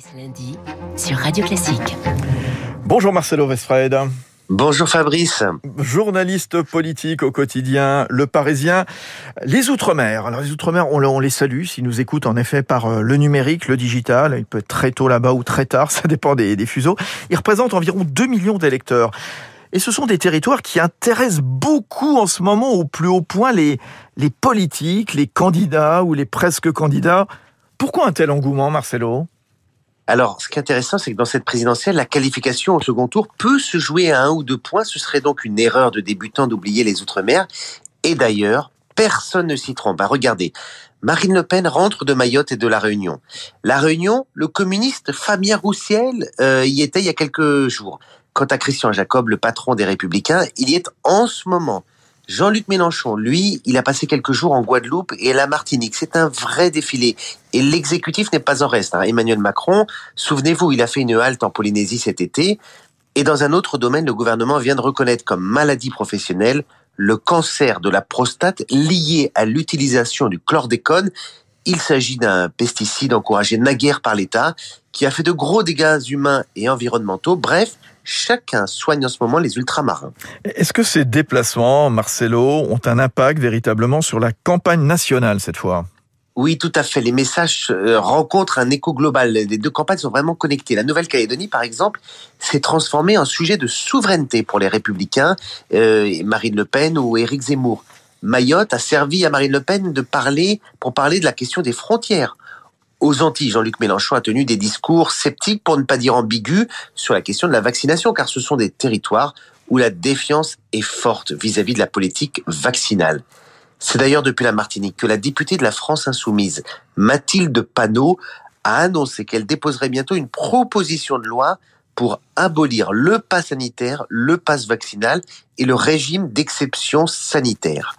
Ce lundi sur Radio Classique. Bonjour Marcelo Westfred. Bonjour Fabrice. Journaliste politique au quotidien Le Parisien. Les Outre-mer. Alors les Outre-mer, on les salue s'ils nous écoutent en effet par le numérique, le digital. Il peut être très tôt là-bas ou très tard, ça dépend des fuseaux. Ils représentent environ 2 millions d'électeurs. Et ce sont des territoires qui intéressent beaucoup en ce moment au plus haut point les politiques, les candidats ou les presque candidats. Pourquoi un tel engouement, Marcelo ? Alors, ce qui est intéressant, c'est que dans cette présidentielle, la qualification au second tour peut se jouer à 1 ou 2 points. Ce serait donc une erreur de débutant d'oublier les Outre-mer. Et d'ailleurs, personne ne s'y trompe. Regardez, Marine Le Pen rentre de Mayotte et de La Réunion. La Réunion, le communiste Fabien Roussel y était il y a quelques jours. Quant à Christian Jacob, le patron des Républicains, il y est en ce moment. Jean-Luc Mélenchon, lui, il a passé quelques jours en Guadeloupe et à la Martinique. C'est un vrai défilé. Et l'exécutif n'est pas en reste. Emmanuel Macron, souvenez-vous, il a fait une halte en Polynésie cet été. Et dans un autre domaine, le gouvernement vient de reconnaître comme maladie professionnelle le cancer de la prostate lié à l'utilisation du chlordécone. Il s'agit d'un pesticide encouragé naguère par l'État qui a fait de gros dégâts humains et environnementaux. Bref, chacun soigne en ce moment les ultramarins. Est-ce que ces déplacements, Marcelo, ont un impact véritablement sur la campagne nationale cette fois ? Oui, tout à fait. Les messages rencontrent un écho global. Les deux campagnes sont vraiment connectées. La Nouvelle-Calédonie, par exemple, s'est transformée en sujet de souveraineté pour les Républicains, Marine Le Pen ou Éric Zemmour. Mayotte a servi à Marine Le Pen pour parler de la question des frontières. Aux Antilles, Jean-Luc Mélenchon a tenu des discours sceptiques, pour ne pas dire ambigus, sur la question de la vaccination, car ce sont des territoires où la défiance est forte vis-à-vis de la politique vaccinale. C'est d'ailleurs depuis la Martinique que la députée de la France Insoumise, Mathilde Panot, a annoncé qu'elle déposerait bientôt une proposition de loi pour abolir le pass sanitaire, le pass vaccinal et le régime d'exception sanitaire.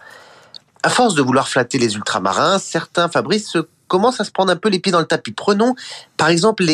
À force de vouloir flatter les ultramarins, certains, Fabrice, commencent à se prendre un peu les pieds dans le tapis. Prenons par exemple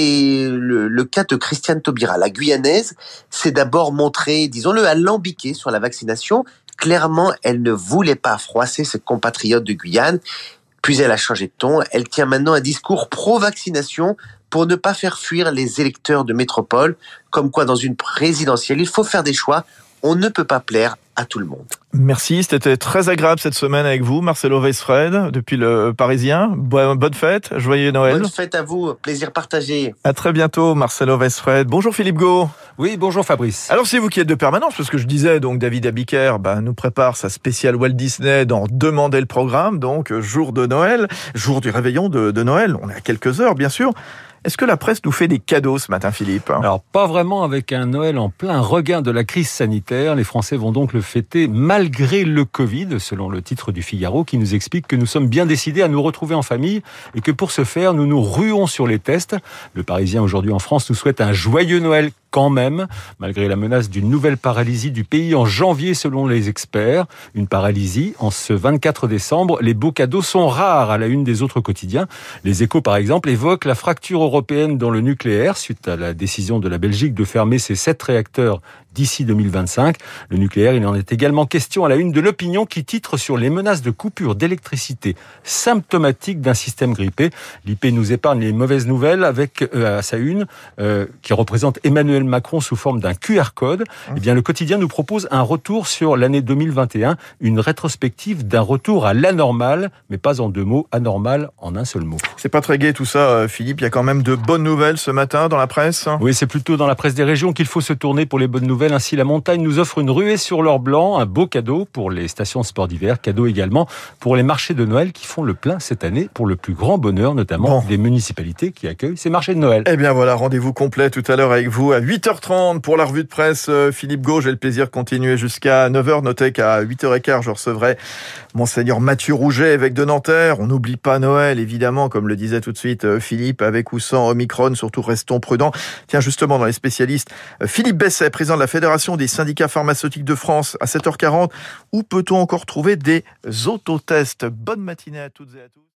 le cas de Christiane Taubira. La Guyanaise s'est d'abord montrée, disons-le, alambiquée sur la vaccination. Clairement, elle ne voulait pas froisser ses compatriotes de Guyane. Puis elle a changé de ton. Elle tient maintenant un discours pro-vaccination pour ne pas faire fuir les électeurs de métropole. Comme quoi, dans une présidentielle, il faut faire des choix. On ne peut pas plaire à tout le monde. Merci, c'était très agréable cette semaine avec vous, Marcelo Westfred, depuis Le Parisien. Bonne fête, joyeux Noël. Bonne fête à vous, plaisir partagé. À très bientôt, Marcelo Westfred. Bonjour Philippe Gau. Oui, bonjour Fabrice. Alors c'est vous qui êtes de permanence, parce que je disais, donc David Abiker nous prépare sa spéciale Walt Disney dans Demandez le programme, donc jour de Noël, jour du réveillon de Noël. On est à quelques heures, bien sûr. Est-ce que la presse nous fait des cadeaux ce matin, Philippe ? Alors, pas vraiment. Avec un Noël en plein regain de la crise sanitaire, les Français vont donc le fêter malgré le Covid, selon le titre du Figaro, qui nous explique que nous sommes bien décidés à nous retrouver en famille et que pour ce faire, nous nous ruons sur les tests. Le Parisien, aujourd'hui en France, nous souhaite un joyeux Noël quand même, malgré la menace d'une nouvelle paralysie du pays en janvier selon les experts. Une paralysie en ce 24 décembre. Les beaux cadeaux sont rares à la une des autres quotidiens. Les Échos, par exemple, évoquent la fracture européenne dans le nucléaire suite à la décision de la Belgique de fermer ses 7 réacteurs d'ici 2025. Le nucléaire, il en est également question à la une de l'Opinion qui titre sur les menaces de coupure d'électricité symptomatiques d'un système grippé. L'IP nous épargne les mauvaises nouvelles avec à sa une qui représente Emmanuel Macron sous forme d'un QR code. Eh bien, le quotidien nous propose un retour sur l'année 2021, une rétrospective d'un retour à l'anormal, mais pas en 2 mots, anormal en un seul mot. C'est pas très gai tout ça, Philippe. Il y a quand même de bonnes nouvelles ce matin dans la presse. Oui, c'est plutôt dans la presse des régions qu'il faut se tourner pour les bonnes nouvelles. Ainsi, la montagne nous offre une ruée sur l'or blanc, un beau cadeau pour les stations de sport d'hiver, cadeau également pour les marchés de Noël qui font le plein cette année pour le plus grand bonheur, notamment des municipalités qui accueillent ces marchés de Noël. Eh bien voilà, rendez-vous complet tout à l'heure avec vous à 8h30 pour la revue de presse. Philippe Gau, j'ai le plaisir de continuer jusqu'à 9h. Notez qu'à 8h15, je recevrai Monseigneur Mathieu Rouget, évêque de Nanterre. On n'oublie pas Noël, évidemment, comme le disait tout de suite Philippe, avec ou sans Omicron, surtout restons prudents. Tiens, justement, dans les spécialistes, Philippe Besset, président de la Fédération des syndicats pharmaceutiques de France, à 7h40. Où peut-on encore trouver des autotests ? Bonne matinée à toutes et à tous.